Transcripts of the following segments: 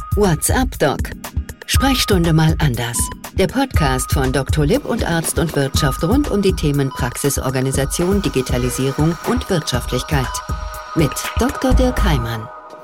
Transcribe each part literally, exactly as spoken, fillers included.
What's up, Doc? Sprechstunde mal anders. Der Podcast von Doktor Lipp und Arzt und Wirtschaft rund um die Themen Praxisorganisation, Digitalisierung und Wirtschaftlichkeit. Mit Doktor Dirk Heimann.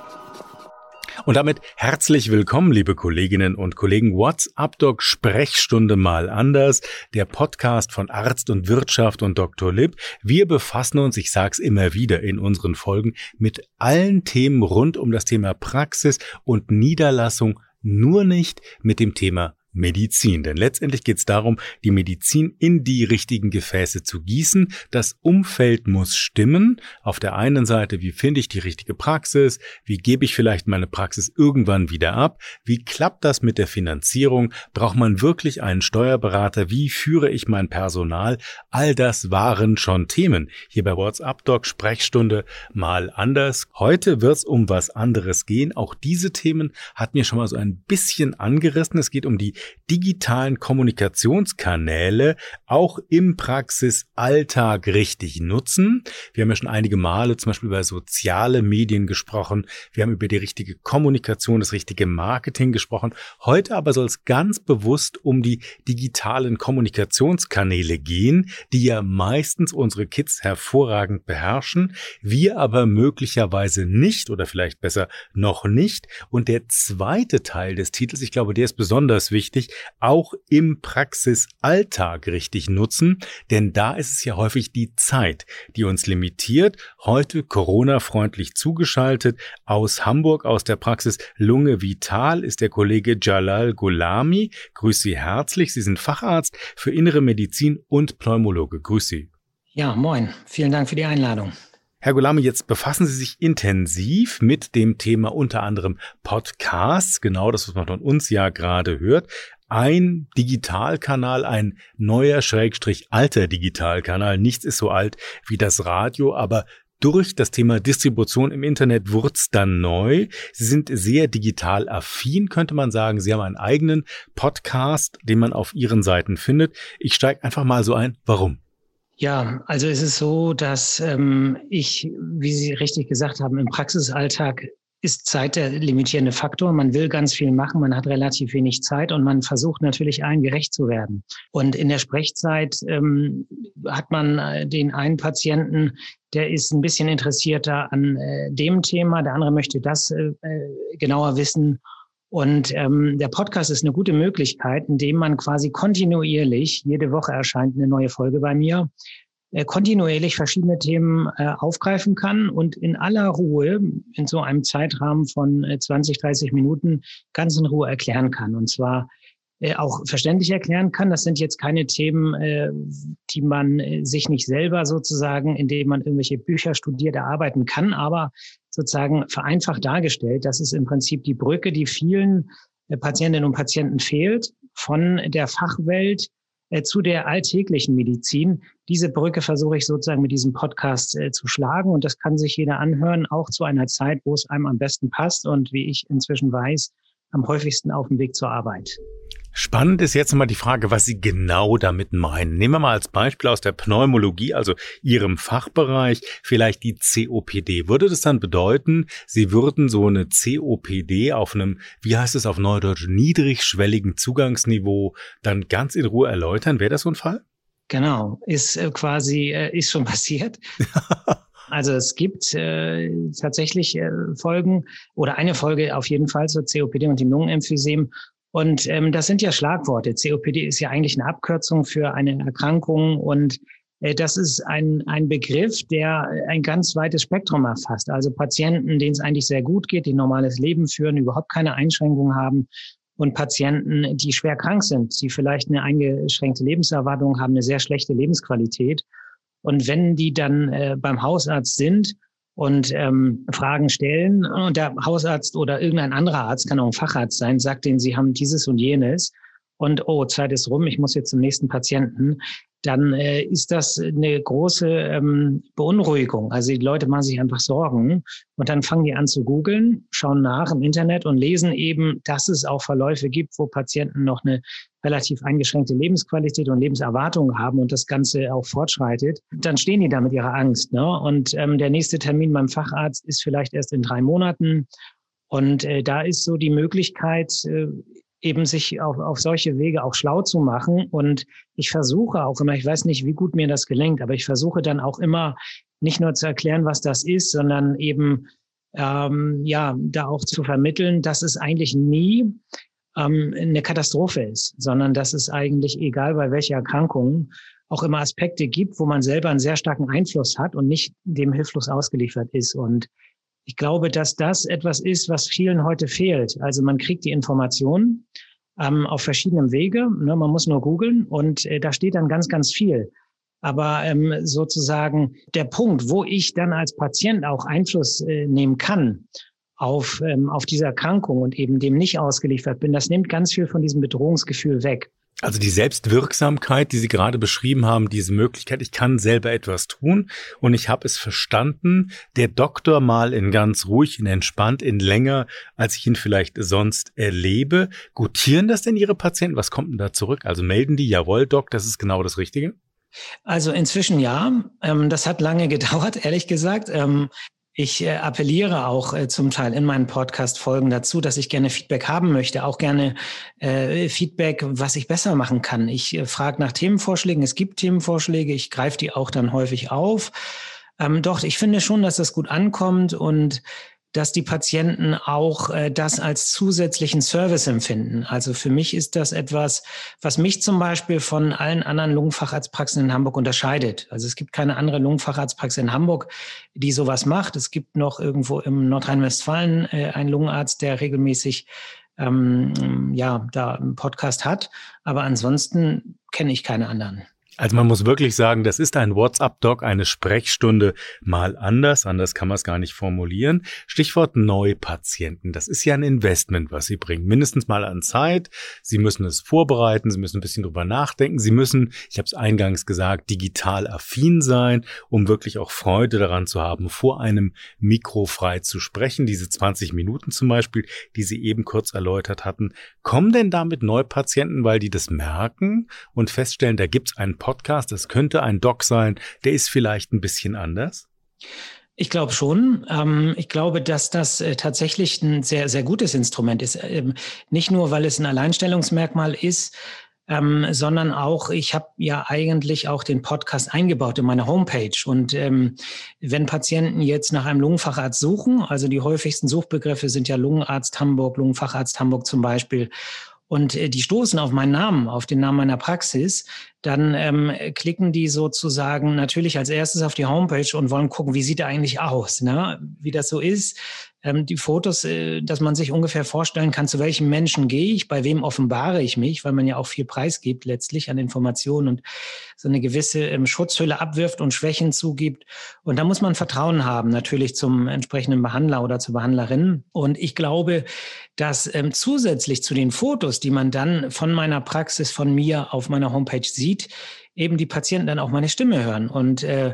Und damit herzlich willkommen, liebe Kolleginnen und Kollegen. What's up, Doc? Sprechstunde mal anders. Der Podcast von Arzt und Wirtschaft und Doktor Lipp. Wir befassen uns, ich sag's immer wieder in unseren Folgen, mit allen Themen rund um das Thema Praxis und Niederlassung, nur nicht mit dem Thema Medizin. Denn letztendlich geht es darum, die Medizin in die richtigen Gefäße zu gießen. Das Umfeld muss stimmen. Auf der einen Seite, wie finde ich die richtige Praxis? Wie gebe ich vielleicht meine Praxis irgendwann wieder ab? Wie klappt das mit der Finanzierung? Braucht man wirklich einen Steuerberater? Wie führe ich mein Personal? All das waren schon Themen. Hier bei What's up, Doc, Sprechstunde mal anders. Heute wird es um was anderes gehen. Auch diese Themen hat mir schon mal so ein bisschen angerissen. Es geht um die digitalen Kommunikationskanäle auch im Praxisalltag richtig nutzen. Wir haben ja schon einige Male zum Beispiel über soziale Medien gesprochen. Wir haben über die richtige Kommunikation, das richtige Marketing gesprochen. Heute aber soll es ganz bewusst um die digitalen Kommunikationskanäle gehen, die ja meistens unsere Kids hervorragend beherrschen, wir aber möglicherweise nicht oder vielleicht besser noch nicht. Und der zweite Teil des Titels, ich glaube, der ist besonders wichtig, auch im Praxisalltag richtig nutzen, denn da ist es ja häufig die Zeit, die uns limitiert. Heute Corona-freundlich zugeschaltet aus Hamburg, aus der Praxis Lunge Vital ist der Kollege Jalal Gholami. Grüß Sie herzlich. Sie sind Facharzt für Innere Medizin und Pneumologe. Grüß Sie. Ja, moin. Vielen Dank für die Einladung. Herr Gholami, jetzt befassen Sie sich intensiv mit dem Thema unter anderem Podcasts, genau das, was man von uns ja gerade hört. Ein Digitalkanal, ein neuer, schrägstrich alter Digitalkanal. Nichts ist so alt wie das Radio, aber durch das Thema Distribution im Internet wurd's dann neu. Sie sind sehr digital affin, könnte man sagen. Sie haben einen eigenen Podcast, den man auf Ihren Seiten findet. Ich steige einfach mal so ein. Warum? Ja, also es ist so, dass ähm, ich, wie Sie richtig gesagt haben, im Praxisalltag ist Zeit der limitierende Faktor. Man will ganz viel machen, man hat relativ wenig Zeit und man versucht natürlich allen gerecht zu werden. Und in der Sprechzeit ähm, hat man den einen Patienten, der ist ein bisschen interessierter an äh, dem Thema, der andere möchte das äh, genauer wissen. Und ähm, der Podcast ist eine gute Möglichkeit, indem man quasi kontinuierlich, jede Woche erscheint eine neue Folge bei mir, äh, kontinuierlich verschiedene Themen äh, aufgreifen kann und in aller Ruhe, in so einem Zeitrahmen von äh, zwanzig, dreißig Minuten, ganz in Ruhe erklären kann. Und zwar äh, auch verständlich erklären kann. Das sind jetzt keine Themen, äh, die man äh, sich nicht selber sozusagen, indem man irgendwelche Bücher studiert, erarbeiten kann, aber sozusagen vereinfacht dargestellt. Das ist im Prinzip die Brücke, die vielen Patientinnen und Patienten fehlt, von der Fachwelt äh, zu der alltäglichen Medizin. Diese Brücke versuche ich sozusagen mit diesem Podcast äh, zu schlagen und das kann sich jeder anhören, auch zu einer Zeit, wo es einem am besten passt und wie ich inzwischen weiß, am häufigsten auf dem Weg zur Arbeit. Spannend ist jetzt nochmal die Frage, was Sie genau damit meinen. Nehmen wir mal als Beispiel aus der Pneumologie, also Ihrem Fachbereich, vielleicht die C O P D. Würde das dann bedeuten, Sie würden so eine C O P D auf einem, wie heißt es auf Neudeutsch, niedrigschwelligen Zugangsniveau dann ganz in Ruhe erläutern? Wäre das so ein Fall? Genau, ist äh, quasi, äh, ist schon passiert. Also es gibt äh, tatsächlich äh, Folgen oder eine Folge auf jeden Fall zur C O P D und dem Lungenemphysem. Und ähm, das sind ja Schlagworte. C O P D ist ja eigentlich eine Abkürzung für eine Erkrankung und äh, das ist ein ein Begriff, der ein ganz weites Spektrum erfasst. Also Patienten, denen es eigentlich sehr gut geht, die ein normales Leben führen, überhaupt keine Einschränkungen haben und Patienten, die schwer krank sind, die vielleicht eine eingeschränkte Lebenserwartung haben, eine sehr schlechte Lebensqualität. Und wenn die dann äh, beim Hausarzt sind und ähm, Fragen stellen und der Hausarzt oder irgendein anderer Arzt, kann auch ein Facharzt sein, sagt denen, sie haben dieses und jenes und oh, Zeit ist rum, ich muss jetzt zum nächsten Patienten, dann äh, ist das eine große ähm, Beunruhigung. Also die Leute machen sich einfach Sorgen und dann fangen die an zu googeln, schauen nach im Internet und lesen eben, dass es auch Verläufe gibt, wo Patienten noch eine relativ eingeschränkte Lebensqualität und Lebenserwartung haben und das Ganze auch fortschreitet. Dann stehen die da mit ihrer Angst, ne? Und ähm, der nächste Termin beim Facharzt ist vielleicht erst in drei Monaten. Und äh, da ist so die Möglichkeit, äh, eben sich auf, auf solche Wege auch schlau zu machen. Und ich versuche auch immer, ich weiß nicht, wie gut mir das gelingt, aber ich versuche dann auch immer nicht nur zu erklären, was das ist, sondern eben ähm, ja da auch zu vermitteln, dass es eigentlich nie ähm, eine Katastrophe ist, sondern dass es eigentlich, egal bei welcher Erkrankung, auch immer Aspekte gibt, wo man selber einen sehr starken Einfluss hat und nicht dem hilflos ausgeliefert ist. Und ich glaube, dass das etwas ist, was vielen heute fehlt. Also man kriegt die Informationen ähm, auf verschiedenen Wege. Ne? Man muss nur googeln und äh, da steht dann ganz, ganz viel. Aber ähm, sozusagen der Punkt, wo ich dann als Patient auch Einfluss äh, nehmen kann auf, ähm, auf diese Erkrankung und eben dem nicht ausgeliefert bin, das nimmt ganz viel von diesem Bedrohungsgefühl weg. Also die Selbstwirksamkeit, die Sie gerade beschrieben haben, diese Möglichkeit, ich kann selber etwas tun und ich habe es verstanden, der Doktor mal in ganz ruhig, in entspannt, in länger, als ich ihn vielleicht sonst erlebe. Gutieren das denn Ihre Patienten? Was kommt denn da zurück? Also melden die, jawohl, Doc, das ist genau das Richtige? Also inzwischen ja. Ähm, das hat lange gedauert, ehrlich gesagt. Ähm, Ich äh, appelliere auch äh, zum Teil in meinen Podcast-Folgen dazu, dass ich gerne Feedback haben möchte, auch gerne äh, Feedback, was ich besser machen kann. Ich äh, frage nach Themenvorschlägen. Es gibt Themenvorschläge. Ich greife die auch dann häufig auf. Ähm, doch, ich finde schon, dass das gut ankommt und dass die Patienten auch äh, das als zusätzlichen Service empfinden. Also für mich ist das etwas, was mich zum Beispiel von allen anderen Lungenfacharztpraxen in Hamburg unterscheidet. Also es gibt keine andere Lungenfacharztpraxis in Hamburg, die sowas macht. Es gibt noch irgendwo im Nordrhein-Westfalen äh, einen Lungenarzt, der regelmäßig ähm, ja da einen Podcast hat. Aber ansonsten kenne ich keine anderen. Also man muss wirklich sagen, das ist ein WhatsApp-Doc, eine Sprechstunde mal anders. Anders kann man es gar nicht formulieren. Stichwort Neupatienten. Das ist ja ein Investment, was Sie bringen. Mindestens mal an Zeit. Sie müssen es vorbereiten. Sie müssen ein bisschen drüber nachdenken. Sie müssen, ich habe es eingangs gesagt, digital affin sein, um wirklich auch Freude daran zu haben, vor einem Mikro frei zu sprechen. Diese zwanzig Minuten zum Beispiel, die Sie eben kurz erläutert hatten. Kommen denn damit Neupatienten, weil die das merken und feststellen, da gibt es einen Podcast, das könnte ein Doc sein, der ist vielleicht ein bisschen anders? Ich glaube schon. Ähm, ich glaube, dass das äh, tatsächlich ein sehr, sehr gutes Instrument ist. Ähm, nicht nur, weil es ein Alleinstellungsmerkmal ist, ähm, sondern auch, ich habe ja eigentlich auch den Podcast eingebaut in meine Homepage. Und ähm, wenn Patienten jetzt nach einem Lungenfacharzt suchen, also die häufigsten Suchbegriffe sind ja Lungenarzt Hamburg, Lungenfacharzt Hamburg zum Beispiel, und äh, die stoßen auf meinen Namen, auf den Namen meiner Praxis, dann ähm, klicken die sozusagen natürlich als erstes auf die Homepage und wollen gucken, wie sieht er eigentlich aus, ne? Wie das so ist. Ähm, die Fotos, äh, dass man sich ungefähr vorstellen kann, zu welchem Menschen gehe ich, bei wem offenbare ich mich, weil man ja auch viel preisgibt letztlich an Informationen und so eine gewisse ähm, Schutzhülle abwirft und Schwächen zugibt. Und da muss man Vertrauen haben, natürlich zum entsprechenden Behandler oder zur Behandlerin. Und ich glaube, dass ähm, zusätzlich zu den Fotos, die man dann von meiner Praxis, von mir auf meiner Homepage sieht, eben die Patienten dann auch meine Stimme hören. Und äh,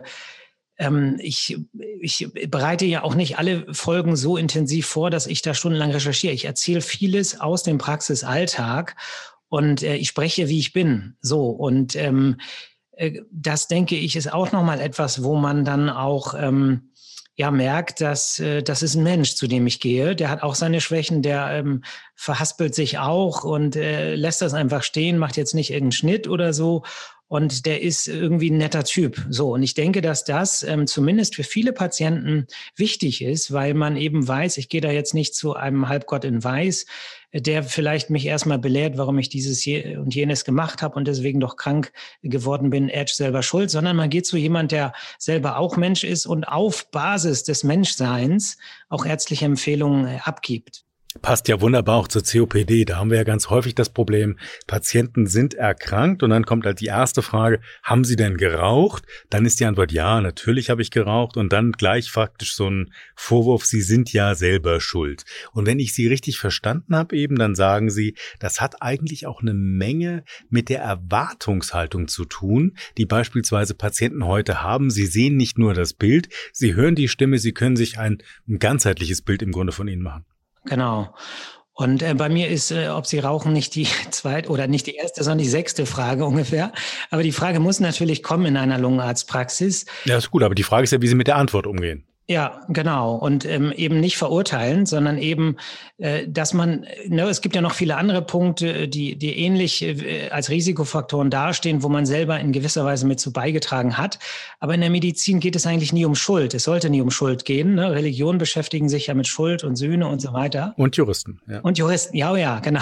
ähm, ich, ich bereite ja auch nicht alle Folgen so intensiv vor, dass ich da stundenlang recherchiere. Ich erzähle vieles aus dem Praxisalltag und äh, ich spreche, wie ich bin. So, und ähm, äh, das, denke ich, ist auch nochmal etwas, wo man dann auch ähm, ja merkt, dass äh, das ist ein Mensch, zu dem ich gehe. Der hat auch seine Schwächen, der ähm, verhaspelt sich auch und äh, lässt das einfach stehen, macht jetzt nicht irgendeinen Schnitt oder so. Und der ist irgendwie ein netter Typ. So, und ich denke, dass das ähm, zumindest für viele Patienten wichtig ist, weil man eben weiß, ich gehe da jetzt nicht zu einem Halbgott in Weiß, der vielleicht mich erstmal belehrt, warum ich dieses je und jenes gemacht habe und deswegen doch krank geworden bin, Edge selber schuld, sondern man geht zu jemand, der selber auch Mensch ist und auf Basis des Menschseins auch ärztliche Empfehlungen äh, abgibt. Passt ja wunderbar auch zur C O P D. Da haben wir ja ganz häufig das Problem, Patienten sind erkrankt und dann kommt halt die erste Frage, haben Sie denn geraucht? Dann ist die Antwort, ja, natürlich habe ich geraucht und dann gleich faktisch so ein Vorwurf, Sie sind ja selber schuld. Und wenn ich Sie richtig verstanden habe eben, dann sagen Sie, das hat eigentlich auch eine Menge mit der Erwartungshaltung zu tun, die beispielsweise Patienten heute haben. Sie sehen nicht nur das Bild, Sie hören die Stimme, Sie können sich ein, ein ganzheitliches Bild im Grunde von Ihnen machen. Genau. Und äh, bei mir ist, äh, ob Sie rauchen, nicht die zweite oder nicht die erste, sondern die sechste Frage ungefähr. Aber die Frage muss natürlich kommen in einer Lungenarztpraxis. Ja, ist gut, aber die Frage ist ja, wie Sie mit der Antwort umgehen. Ja, genau. Und ähm, eben nicht verurteilen, sondern eben, äh, dass man, ne, es gibt ja noch viele andere Punkte, die, die ähnlich äh, als Risikofaktoren dastehen, wo man selber in gewisser Weise mit zu beigetragen hat. Aber in der Medizin geht es eigentlich nie um Schuld. Es sollte nie um Schuld gehen. Ne? Religionen beschäftigen sich ja mit Schuld und Sühne und so weiter. Und Juristen, ja. Und Juristen, ja, ja, genau.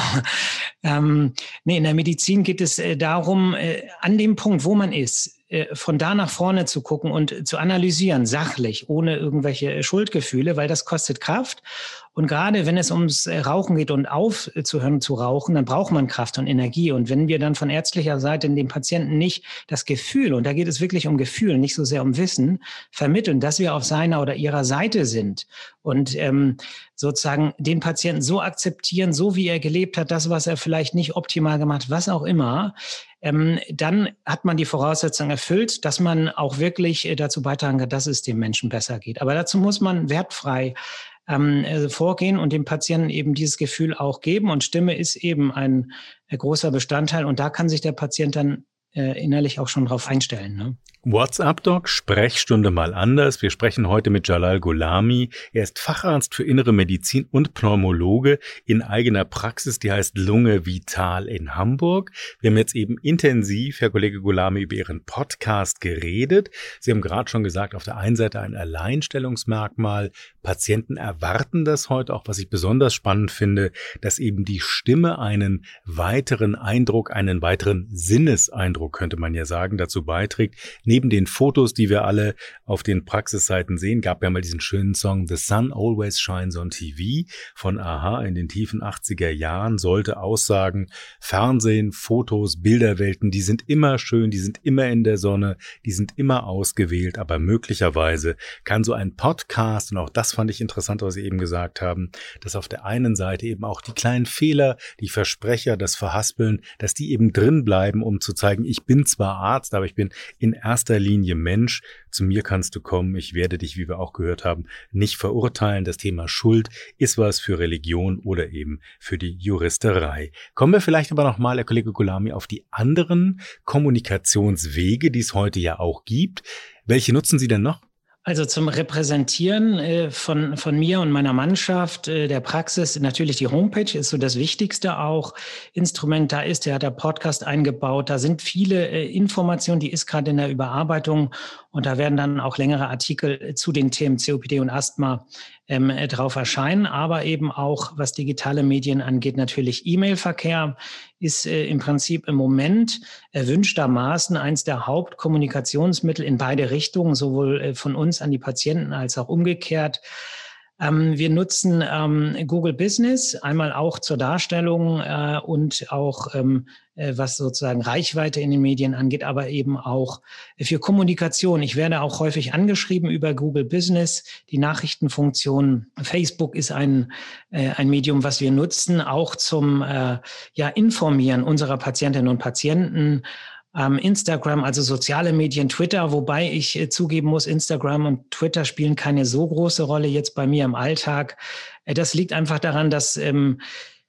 Ähm, nee, in der Medizin geht es äh, darum, äh, an dem Punkt, wo man ist, von da nach vorne zu gucken und zu analysieren, sachlich, ohne irgendwelche Schuldgefühle, weil das kostet Kraft. Und gerade wenn es ums Rauchen geht und aufzuhören zu rauchen, dann braucht man Kraft und Energie. Und wenn wir dann von ärztlicher Seite dem Patienten nicht das Gefühl, und da geht es wirklich um Gefühl, nicht so sehr um Wissen, vermitteln, dass wir auf seiner oder ihrer Seite sind und ähm, sozusagen den Patienten so akzeptieren, so wie er gelebt hat, das, was er vielleicht nicht optimal gemacht hat, was auch immer, Ähm, dann hat man die Voraussetzung erfüllt, dass man auch wirklich äh, dazu beitragen kann, dass es dem Menschen besser geht. Aber dazu muss man wertfrei ähm, äh, vorgehen und dem Patienten eben dieses Gefühl auch geben. Und Stimme ist eben ein äh, großer Bestandteil. Und da kann sich der Patient dann äh, innerlich auch schon drauf einstellen, ne? WhatsApp-Doc, Sprechstunde mal anders. Wir sprechen heute mit Jalal Gholami. Er ist Facharzt für Innere Medizin und Pneumologe in eigener Praxis, die heißt Lunge Vital in Hamburg. Wir haben jetzt eben intensiv, Herr Kollege Gholami, über Ihren Podcast geredet. Sie haben gerade schon gesagt, auf der einen Seite ein Alleinstellungsmerkmal. Patienten erwarten das heute auch, was ich besonders spannend finde, dass eben die Stimme einen weiteren Eindruck, einen weiteren Sinneseindruck, könnte man ja sagen, dazu beiträgt. Neben den Fotos, die wir alle auf den Praxisseiten sehen, gab ja mal diesen schönen Song The Sun Always Shines on T V von a-ha in den tiefen achtziger Jahren, sollte aussagen, Fernsehen, Fotos, Bilderwelten, die sind immer schön, die sind immer in der Sonne, die sind immer ausgewählt, aber möglicherweise kann so ein Podcast, und auch das fand ich interessant, was Sie eben gesagt haben, dass auf der einen Seite eben auch die kleinen Fehler, die Versprecher, das Verhaspeln, dass die eben drin bleiben, um zu zeigen, ich bin zwar Arzt, aber ich bin in erster Linie Mensch, zu mir kannst du kommen, ich werde dich, wie wir auch gehört haben, nicht verurteilen. Das Thema Schuld ist was für Religion oder eben für die Juristerei. Kommen wir vielleicht aber nochmal, Herr Kollege Gholami, auf die anderen Kommunikationswege, die es heute ja auch gibt. Welche nutzen Sie denn noch? Also zum Repräsentieren äh, von, von mir und meiner Mannschaft, äh, der Praxis, natürlich die Homepage ist so das wichtigste auch Instrument da ist. Der hat der Podcast eingebaut. Da sind viele äh, Informationen, die ist gerade in der Überarbeitung. Und da werden dann auch längere Artikel zu den Themen C O P D und Asthma ähm, drauf erscheinen. Aber eben auch, was digitale Medien angeht, natürlich E-Mail-Verkehr ist äh, im Prinzip im Moment erwünschtermaßen eins der Hauptkommunikationsmittel in beide Richtungen, sowohl äh, von uns an die Patienten als auch umgekehrt. Ähm, wir nutzen ähm, Google Business, einmal auch zur Darstellung äh, und auch ähm, äh, was sozusagen Reichweite in den Medien angeht, aber eben auch für Kommunikation. Ich werde auch häufig angeschrieben über Google Business, die Nachrichtenfunktion. Facebook ist ein, äh, ein Medium, was wir nutzen, auch zum äh, ja, Informieren unserer Patientinnen und Patienten. Ähm, Instagram, also soziale Medien, Twitter, wobei ich äh, zugeben muss, Instagram und Twitter spielen keine so große Rolle jetzt bei mir im Alltag. Äh, das liegt einfach daran, dass ähm,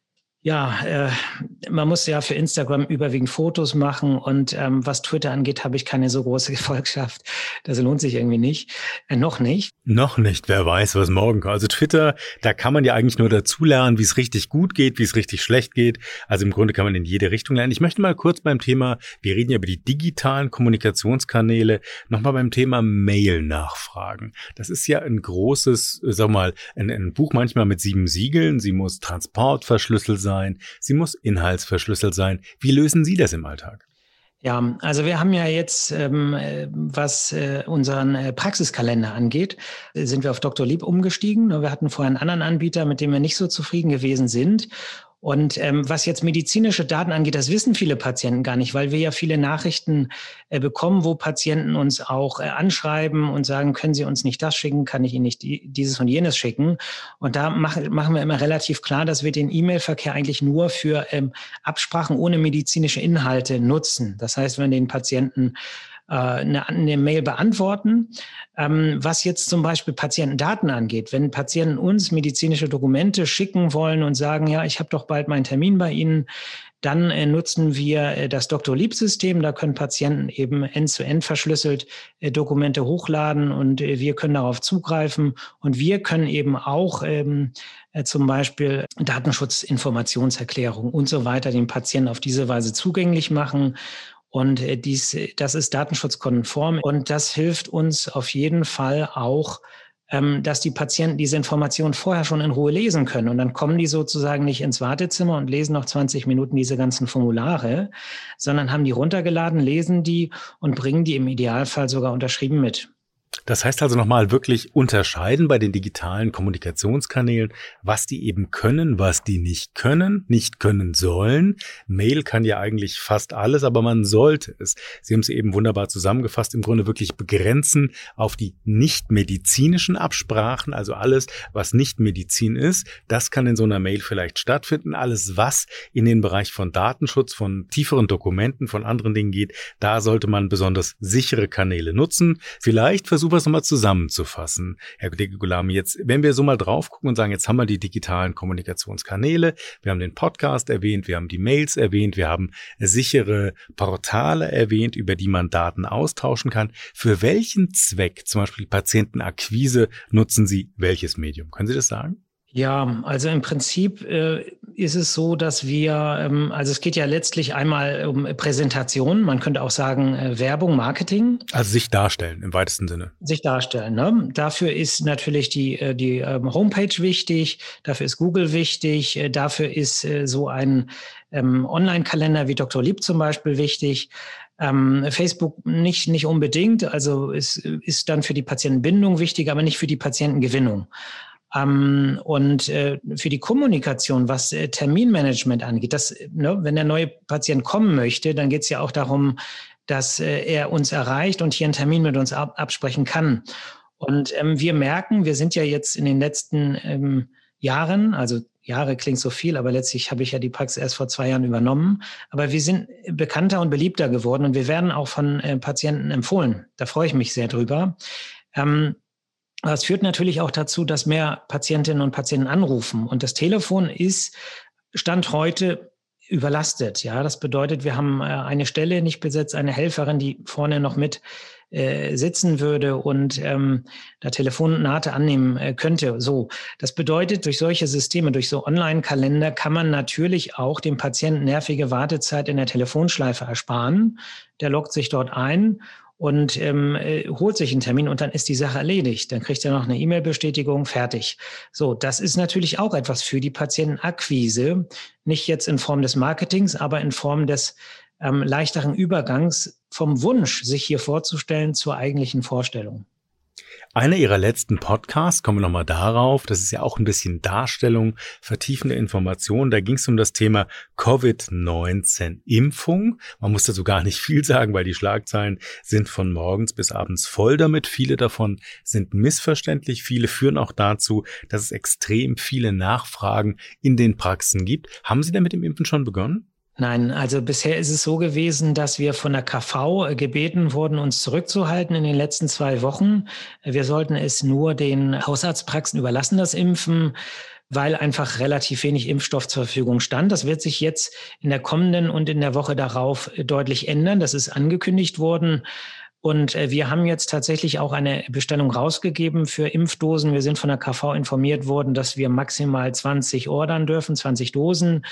ja, äh, man muss ja für Instagram überwiegend Fotos machen und ähm, was Twitter angeht, habe ich keine so große Gefolgschaft. Das lohnt sich irgendwie nicht. Äh, noch nicht. Noch nicht. Wer weiß, was morgen kommt. Also Twitter, da kann man ja eigentlich nur dazulernen, wie es richtig gut geht, wie es richtig schlecht geht. Also im Grunde kann man in jede Richtung lernen. Ich möchte mal kurz beim Thema, wir reden ja über die digitalen Kommunikationskanäle, nochmal beim Thema Mail nachfragen. Das ist ja ein großes, sag mal, ein, ein Buch manchmal mit sieben Siegeln. Sie muss transportverschlüsselt sein. Sein. Sie muss inhaltsverschlüsselt sein. Wie lösen Sie das im Alltag? Ja, also wir haben ja jetzt, ähm, was äh, unseren äh, Praxiskalender angeht, sind wir auf Doktor Lib umgestiegen. Wir hatten vorher einen anderen Anbieter, mit dem wir nicht so zufrieden gewesen sind. Und ähm, was jetzt medizinische Daten angeht, das wissen viele Patienten gar nicht, weil wir ja viele Nachrichten äh, bekommen, wo Patienten uns auch äh, anschreiben und sagen, können Sie uns nicht das schicken, kann ich Ihnen nicht die, dieses und jenes schicken. Und da mach, machen wir immer relativ klar, dass wir den E-Mail-Verkehr eigentlich nur für ähm, Absprachen ohne medizinische Inhalte nutzen. Das heißt, wenn den Patienten Eine, eine Mail beantworten. Ähm, was jetzt zum Beispiel Patientendaten angeht, wenn Patienten uns medizinische Dokumente schicken wollen und sagen, ja, ich habe doch bald meinen Termin bei Ihnen, Dann äh, nutzen wir äh, das Doctolib-System. Da können Patienten eben end-zu-end verschlüsselt äh, Dokumente hochladen und äh, wir können darauf zugreifen. Und wir können eben auch ähm, äh, zum Beispiel Datenschutzinformationserklärung und so weiter den Patienten auf diese Weise zugänglich machen. Und äh, dies, das ist datenschutzkonform und das hilft uns auf jeden Fall auch, ähm, dass die Patienten diese Informationen vorher schon in Ruhe lesen können. Und dann kommen die sozusagen nicht ins Wartezimmer und lesen noch zwanzig Minuten diese ganzen Formulare, sondern haben die runtergeladen, lesen die und bringen die im Idealfall sogar unterschrieben mit. Das heißt also nochmal wirklich unterscheiden bei den digitalen Kommunikationskanälen, was die eben können, was die nicht können, nicht können sollen. Mail kann ja eigentlich fast alles, aber man sollte es. Sie haben es eben wunderbar zusammengefasst, im Grunde wirklich begrenzen auf die nicht-medizinischen Absprachen, also alles, was nicht Medizin ist, das kann in so einer Mail vielleicht stattfinden. Alles, was in den Bereich von Datenschutz, von tieferen Dokumenten, von anderen Dingen geht, da sollte man besonders sichere Kanäle nutzen. Vielleicht versuchen wir es nochmal zusammenzufassen. Herr Kollege Gulami, jetzt, wenn wir so mal drauf gucken und sagen, jetzt haben wir die digitalen Kommunikationskanäle, wir haben den Podcast erwähnt, wir haben die Mails erwähnt, wir haben sichere Portale erwähnt, über die man Daten austauschen kann. Für welchen Zweck, zum Beispiel Patientenakquise, nutzen Sie welches Medium? Können Sie das sagen? Ja, also im Prinzip äh, ist es so, dass wir, ähm, also es geht ja letztlich einmal um Präsentation, man könnte auch sagen äh, Werbung, Marketing. Also sich darstellen im weitesten Sinne. Sich darstellen, ne? Dafür ist natürlich die, äh, die ähm, Homepage wichtig, dafür ist Google wichtig, äh, dafür ist äh, so ein ähm, Online-Kalender wie Doctolib zum Beispiel wichtig. Ähm, Facebook nicht, nicht unbedingt, also es ist dann für die Patientenbindung wichtig, aber nicht für die Patientengewinnung. Um, und äh, für die Kommunikation, was äh, Terminmanagement angeht, das, ne, wenn der neue Patient kommen möchte, dann geht es ja auch darum, dass äh, er uns erreicht und hier einen Termin mit uns ab, absprechen kann. Und ähm, wir merken, wir sind ja jetzt in den letzten ähm, Jahren, also Jahre klingt so viel, aber letztlich habe ich ja die Praxis erst vor zwei Jahren übernommen. Aber wir sind bekannter und beliebter geworden und wir werden auch von äh, Patienten empfohlen. Da freue ich mich sehr drüber. Ähm, Das führt natürlich auch dazu, dass mehr Patientinnen und Patienten anrufen. Und das Telefon ist Stand heute überlastet. Ja, das bedeutet, wir haben eine Stelle nicht besetzt, eine Helferin, die vorne noch mit äh, sitzen würde und ähm, da Telefonate annehmen äh, könnte. So, das bedeutet, durch solche Systeme, durch so Online-Kalender kann man natürlich auch dem Patienten nervige Wartezeit in der Telefonschleife ersparen. Der loggt sich dort ein und ähm, äh, holt sich einen Termin und dann ist die Sache erledigt. Dann kriegt er noch eine E-Mail-Bestätigung, fertig. So, das ist natürlich auch etwas für die Patientenakquise, nicht jetzt in Form des Marketings, aber in Form des ähm, leichteren Übergangs vom Wunsch, sich hier vorzustellen zur eigentlichen Vorstellung. Einer Ihrer letzten Podcasts, kommen wir nochmal darauf, das ist ja auch ein bisschen Darstellung, vertiefende Informationen, da ging es um das Thema Covid neunzehn Impfung. Man muss dazu gar nicht viel sagen, weil die Schlagzeilen sind von morgens bis abends voll damit. Viele davon sind missverständlich, viele führen auch dazu, dass es extrem viele Nachfragen in den Praxen gibt. Haben Sie denn mit dem Impfen schon begonnen? Nein, also bisher ist es so gewesen, dass wir von der K V gebeten wurden, uns zurückzuhalten in den letzten zwei Wochen. Wir sollten es nur den Hausarztpraxen überlassen, das Impfen, weil einfach relativ wenig Impfstoff zur Verfügung stand. Das wird sich jetzt in der kommenden und in der Woche darauf deutlich ändern. Das ist angekündigt worden. Und wir haben jetzt tatsächlich auch eine Bestellung rausgegeben für Impfdosen. Wir sind von der K V informiert worden, dass wir maximal zwanzig ordern dürfen, zwanzig Dosen,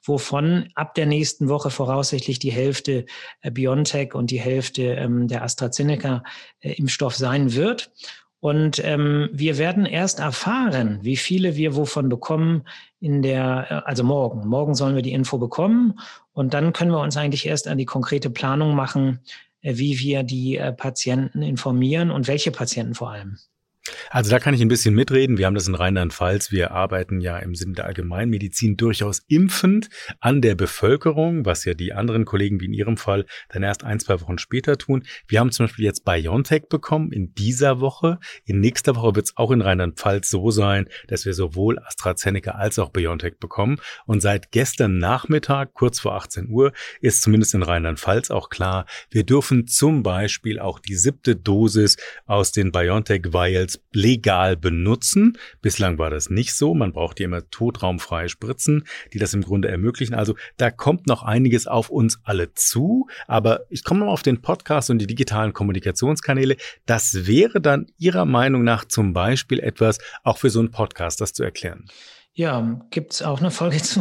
wovon ab der nächsten Woche voraussichtlich die Hälfte BioNTech und die Hälfte ähm, der AstraZeneca-Impfstoff sein wird. Und ähm, wir werden erst erfahren, wie viele wir wovon bekommen in der, also morgen. Morgen sollen wir die Info bekommen und dann können wir uns eigentlich erst an die konkrete Planung machen, wie wir die äh, Patienten informieren und welche Patienten vor allem. Also da kann ich ein bisschen mitreden. Wir haben das in Rheinland-Pfalz. Wir arbeiten ja im Sinne der Allgemeinmedizin durchaus impfend an der Bevölkerung, was ja die anderen Kollegen wie in Ihrem Fall dann erst ein, zwei Wochen später tun. Wir haben zum Beispiel jetzt BioNTech bekommen in dieser Woche. In nächster Woche wird es auch in Rheinland-Pfalz so sein, dass wir sowohl AstraZeneca als auch BioNTech bekommen. Und seit gestern Nachmittag, kurz vor achtzehn Uhr, ist zumindest in Rheinland-Pfalz auch klar, wir dürfen zum Beispiel auch die siebte Dosis aus den BioNTech-Vials das legal benutzen. Bislang war das nicht so. Man braucht ja immer totraumfreie Spritzen, die das im Grunde ermöglichen. Also da kommt noch einiges auf uns alle zu. Aber ich komme noch auf den Podcast und die digitalen Kommunikationskanäle. Das wäre dann Ihrer Meinung nach zum Beispiel etwas, auch für so einen Podcast, das zu erklären. Ja, gibt's auch eine Folge zu.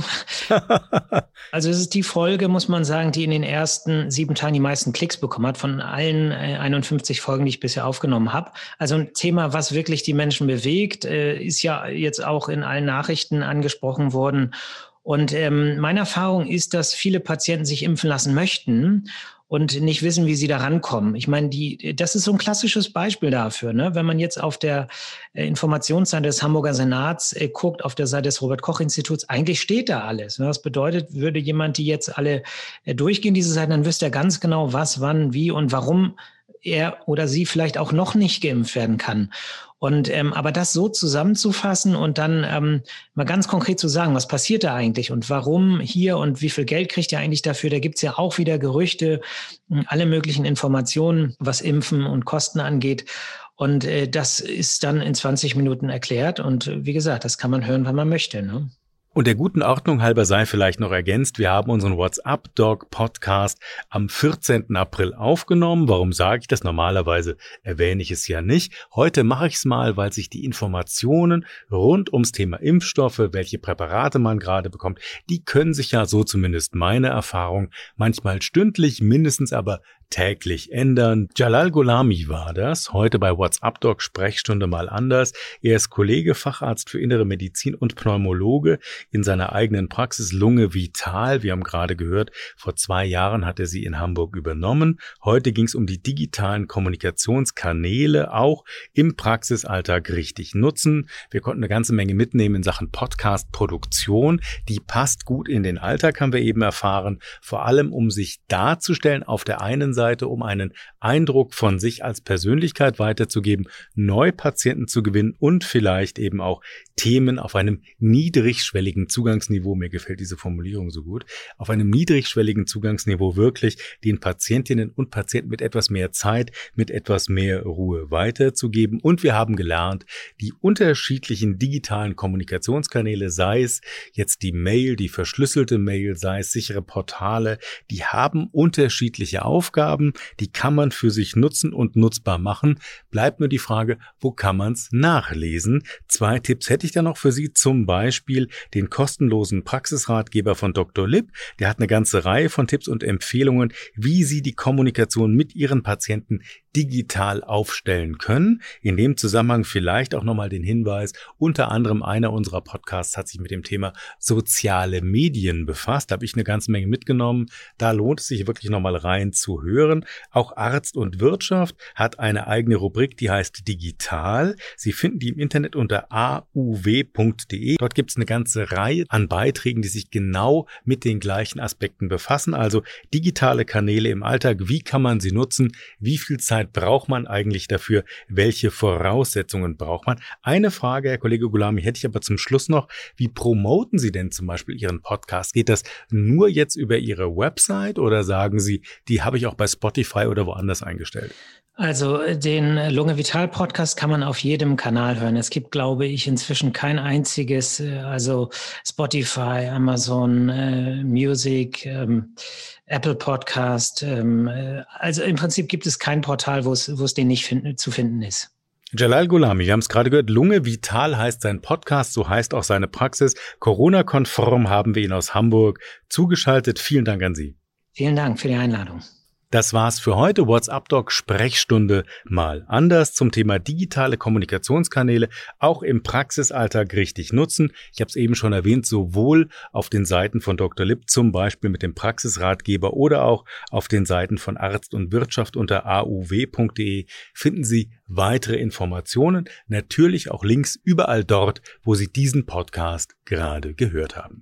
Also es ist die Folge, muss man sagen, die in den ersten sieben Tagen die meisten Klicks bekommen hat, von allen einundfünfzig Folgen, die ich bisher aufgenommen habe. Also ein Thema, was wirklich die Menschen bewegt, ist ja jetzt auch in allen Nachrichten angesprochen worden. Und ähm, meine Erfahrung ist, dass viele Patienten sich impfen lassen möchten und nicht wissen, wie sie da rankommen. Ich meine, die, das ist so ein klassisches Beispiel dafür, ne? Wenn man jetzt auf der äh, Informationsseite des Hamburger Senats äh, guckt, auf der Seite des Robert-Koch-Instituts, eigentlich steht da alles. Ne? Das bedeutet, würde jemand die jetzt alle äh, durchgehen, diese Seiten, dann wüsste er ganz genau, was, wann, wie und warum er oder sie vielleicht auch noch nicht geimpft werden kann. Und ähm, aber das so zusammenzufassen und dann ähm, mal ganz konkret zu sagen, was passiert da eigentlich und warum hier und wie viel Geld kriegt ihr eigentlich dafür? Da gibt's ja auch wieder Gerüchte, alle möglichen Informationen, was Impfen und Kosten angeht. Und äh, das ist dann in zwanzig Minuten erklärt. Und äh, wie gesagt, das kann man hören, wenn man möchte, ne? Und der guten Ordnung halber sei vielleicht noch ergänzt, wir haben unseren WhatsApp-Doc-Podcast am vierzehnten April aufgenommen. Warum sage ich das? Normalerweise erwähne ich es ja nicht. Heute mache ich es mal, weil sich die Informationen rund ums Thema Impfstoffe, welche Präparate man gerade bekommt, die können sich ja, so zumindest meine Erfahrung, manchmal stündlich, mindestens aber täglich ändern. Jalal Gholami war das, heute bei WhatsApp-Doc Sprechstunde mal anders. Er ist Kollege, Facharzt für Innere Medizin und Pneumologe in seiner eigenen Praxis Lunge Vital. Wir haben gerade gehört, vor zwei Jahren hat er sie in Hamburg übernommen. Heute ging es um die digitalen Kommunikationskanäle, auch im Praxisalltag richtig nutzen. Wir konnten eine ganze Menge mitnehmen in Sachen Podcast-Produktion. Die passt gut in den Alltag, haben wir eben erfahren. Vor allem, um sich darzustellen, auf der einen Seite, um einen Eindruck von sich als Persönlichkeit weiterzugeben, Neupatienten zu gewinnen und vielleicht eben auch Themen auf einem niedrigschwelligen Zugangsniveau, mir gefällt diese Formulierung so gut, auf einem niedrigschwelligen Zugangsniveau wirklich den Patientinnen und Patienten mit etwas mehr Zeit, mit etwas mehr Ruhe weiterzugeben. Und wir haben gelernt, die unterschiedlichen digitalen Kommunikationskanäle, sei es jetzt die Mail, die verschlüsselte Mail, sei es sichere Portale, die haben unterschiedliche Aufgaben. Die kann man für sich nutzen und nutzbar machen. Bleibt nur die Frage, wo kann man es nachlesen? Zwei Tipps hätte ich da noch für Sie, zum Beispiel den kostenlosen Praxisratgeber von Doktor Lipp. Der hat eine ganze Reihe von Tipps und Empfehlungen, wie Sie die Kommunikation mit Ihren Patienten digital aufstellen können. In dem Zusammenhang vielleicht auch nochmal den Hinweis, unter anderem einer unserer Podcasts hat sich mit dem Thema soziale Medien befasst. Da habe ich eine ganze Menge mitgenommen. Da lohnt es sich wirklich nochmal rein zu hören. Auch Arzt und Wirtschaft hat eine eigene Rubrik, die heißt Digital. Sie finden die im Internet unter a u w punkt d e. Dort gibt es eine ganze Reihe an Beiträgen, die sich genau mit den gleichen Aspekten befassen. Also digitale Kanäle im Alltag, wie kann man sie nutzen? Wie viel Zeit braucht man eigentlich dafür? Welche Voraussetzungen braucht man? Eine Frage, Herr Kollege Gholami, hätte ich aber zum Schluss noch. Wie promoten Sie denn zum Beispiel Ihren Podcast? Geht das nur jetzt über Ihre Website oder sagen Sie, die habe ich auch bei Spotify oder woanders eingestellt? Also den Lunge Vital Podcast kann man auf jedem Kanal hören. Es gibt, glaube ich, inzwischen kein einziges, also Spotify, Amazon äh, Music, ähm, Apple Podcast. Ähm, also im Prinzip gibt es kein Portal, wo es, wo es den nicht find, zu finden ist. Jalal Gholami, wir haben es gerade gehört, Lunge Vital heißt sein Podcast, so heißt auch seine Praxis. Corona-konform haben wir ihn aus Hamburg zugeschaltet. Vielen Dank an Sie. Vielen Dank für die Einladung. Das war's für heute. WhatsApp-Doc Sprechstunde mal anders zum Thema digitale Kommunikationskanäle auch im Praxisalltag richtig nutzen. Ich habe es eben schon erwähnt, sowohl auf den Seiten von Doktor Lipp, zum Beispiel mit dem Praxisratgeber oder auch auf den Seiten von Arzt und Wirtschaft unter a u w punkt d e finden Sie weitere Informationen. Natürlich auch Links überall dort, wo Sie diesen Podcast gerade gehört haben.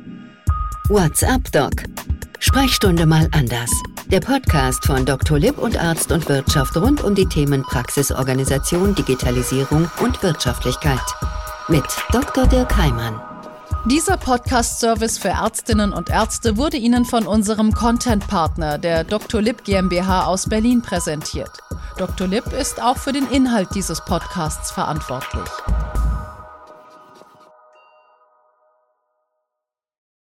WhatsApp-Doc. Sprechstunde mal anders. Der Podcast von Doktor Lipp und Arzt und Wirtschaft rund um die Themen Praxisorganisation, Digitalisierung und Wirtschaftlichkeit. Mit Doktor Dirk Heimann. Dieser Podcast-Service für Ärztinnen und Ärzte wurde Ihnen von unserem Content-Partner, der Doktor Lib GmbH aus Berlin, präsentiert. Doktor Lib ist auch für den Inhalt dieses Podcasts verantwortlich.